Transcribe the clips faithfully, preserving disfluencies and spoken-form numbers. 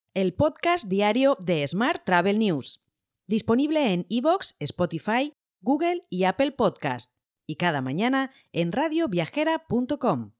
el podcast diario de Smart Travel News, disponible en iVoox, Spotify, Google y Apple Podcast, y cada mañana en radio viajera punto com.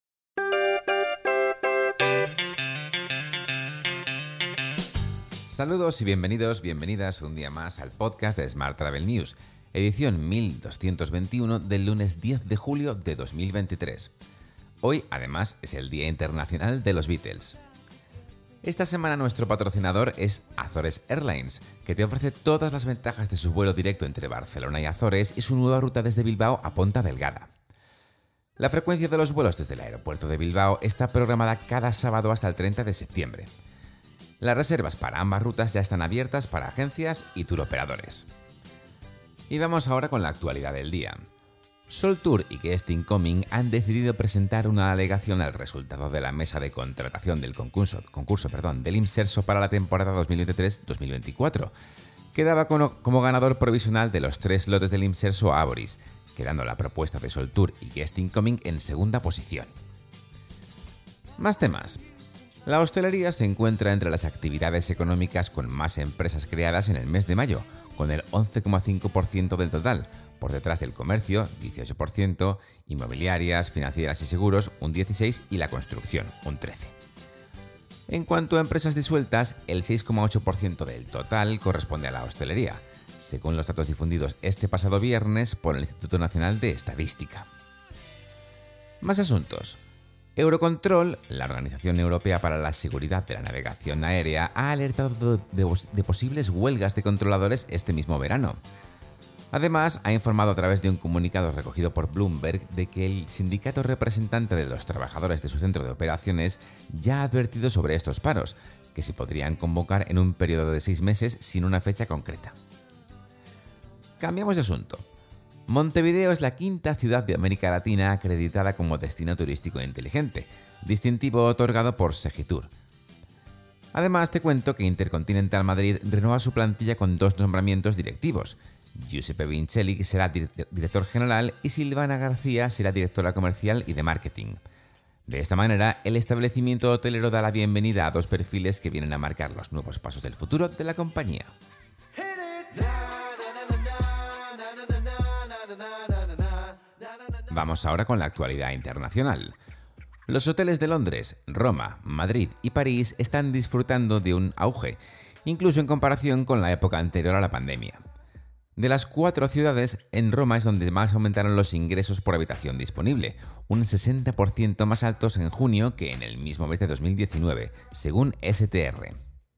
Saludos y bienvenidos, bienvenidas un día más al podcast de Smart Travel News, edición mil doscientos veintiuno del lunes diez de julio de dos mil veintitrés. Hoy, además, es el Día Internacional de los Beatles. Esta semana nuestro patrocinador es Azores Airlines, que te ofrece todas las ventajas de su vuelo directo entre Barcelona y Azores y su nueva ruta desde Bilbao a Ponta Delgada. La frecuencia de los vuelos desde el aeropuerto de Bilbao está programada cada sábado hasta el treinta de septiembre. Las reservas para ambas rutas ya están abiertas para agencias y touroperadores. Y vamos ahora con la actualidad del día. Sol Tour y Guest Incoming han decidido presentar una alegación al resultado de la mesa de contratación del concurso, concurso perdón, del Imserso para la temporada dos mil veintitrés dos mil veinticuatro, que daba como, como ganador provisional de los tres lotes del Imserso a Avoris, quedando la propuesta de Sol Tour y Guest Incoming en segunda posición. Más temas. La hostelería se encuentra entre las actividades económicas con más empresas creadas en el mes de mayo, con el once coma cinco por ciento del total, por detrás del comercio, dieciocho por ciento, inmobiliarias, financieras y seguros, un dieciséis por ciento y la construcción, un trece por ciento. En cuanto a empresas disueltas, el seis coma ocho por ciento del total corresponde a la hostelería, según los datos difundidos este pasado viernes por el Instituto Nacional de Estadística. Más asuntos. Eurocontrol, la Organización Europea para la Seguridad de la Navegación Aérea, ha alertado de, de, de posibles huelgas de controladores este mismo verano. Además, ha informado a través de un comunicado recogido por Bloomberg de que el sindicato representante de los trabajadores de su centro de operaciones ya ha advertido sobre estos paros, que se podrían convocar en un periodo de seis meses sin una fecha concreta. Cambiamos de asunto. Montevideo es la quinta ciudad de América Latina acreditada como destino turístico inteligente, distintivo otorgado por Segitur. Además, te cuento que Intercontinental Madrid renueva su plantilla con dos nombramientos directivos. Giuseppe Vincelli será director general y Silvana García será directora comercial y de marketing. De esta manera, el establecimiento hotelero da la bienvenida a dos perfiles que vienen a marcar los nuevos pasos del futuro de la compañía. Vamos ahora con la actualidad internacional. Los hoteles de Londres, Roma, Madrid y París están disfrutando de un auge, incluso en comparación con la época anterior a la pandemia. De las cuatro ciudades, en Roma es donde más aumentaron los ingresos por habitación disponible, un sesenta por ciento más altos en junio que en el mismo mes de dos mil diecinueve, según S T R.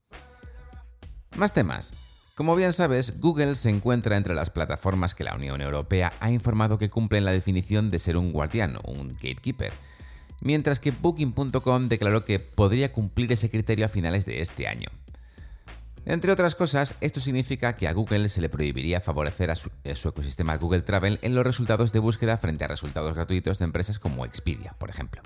Más temas. Como bien sabes, Google se encuentra entre las plataformas que la Unión Europea ha informado que cumplen la definición de ser un guardián o un gatekeeper, mientras que Booking punto com declaró que podría cumplir ese criterio a finales de este año. Entre otras cosas, esto significa que a Google se le prohibiría favorecer a su, a su ecosistema Google Travel en los resultados de búsqueda frente a resultados gratuitos de empresas como Expedia, por ejemplo.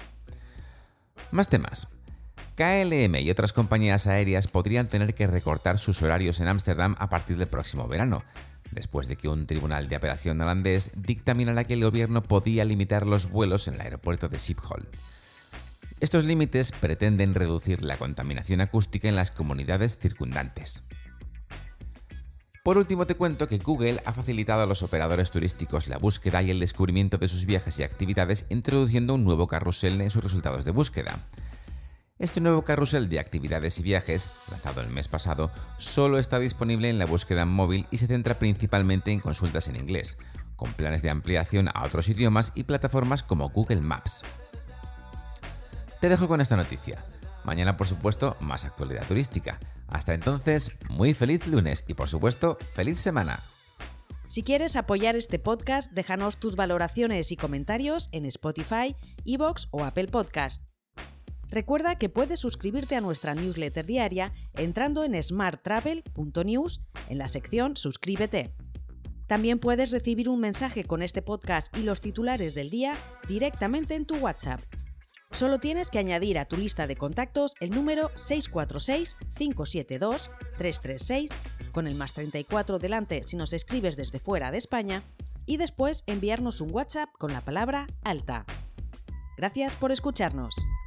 Más temas. K L M y otras compañías aéreas podrían tener que recortar sus horarios en Ámsterdam a partir del próximo verano, después de que un tribunal de apelación holandés dictaminara que el gobierno podía limitar los vuelos en el aeropuerto de Schiphol. Estos límites pretenden reducir la contaminación acústica en las comunidades circundantes. Por último, te cuento que Google ha facilitado a los operadores turísticos la búsqueda y el descubrimiento de sus viajes y actividades introduciendo un nuevo carrusel en sus resultados de búsqueda. Este nuevo carrusel de actividades y viajes, lanzado el mes pasado, solo está disponible en la búsqueda móvil y se centra principalmente en consultas en inglés, con planes de ampliación a otros idiomas y plataformas como Google Maps. Te dejo con esta noticia. Mañana, por supuesto, más actualidad turística. Hasta entonces, muy feliz lunes y, por supuesto, feliz semana. Si quieres apoyar este podcast, déjanos tus valoraciones y comentarios en Spotify, iVoox o Apple Podcast. Recuerda que puedes suscribirte a nuestra newsletter diaria entrando en smart travel punto news en la sección Suscríbete. También puedes recibir un mensaje con este podcast y los titulares del día directamente en tu WhatsApp. Solo tienes que añadir a tu lista de contactos el número seis cuatro seis, cinco siete dos, tres tres seis, con el más treinta y cuatro delante si nos escribes desde fuera de España, y después enviarnos un WhatsApp con la palabra alta. Gracias por escucharnos.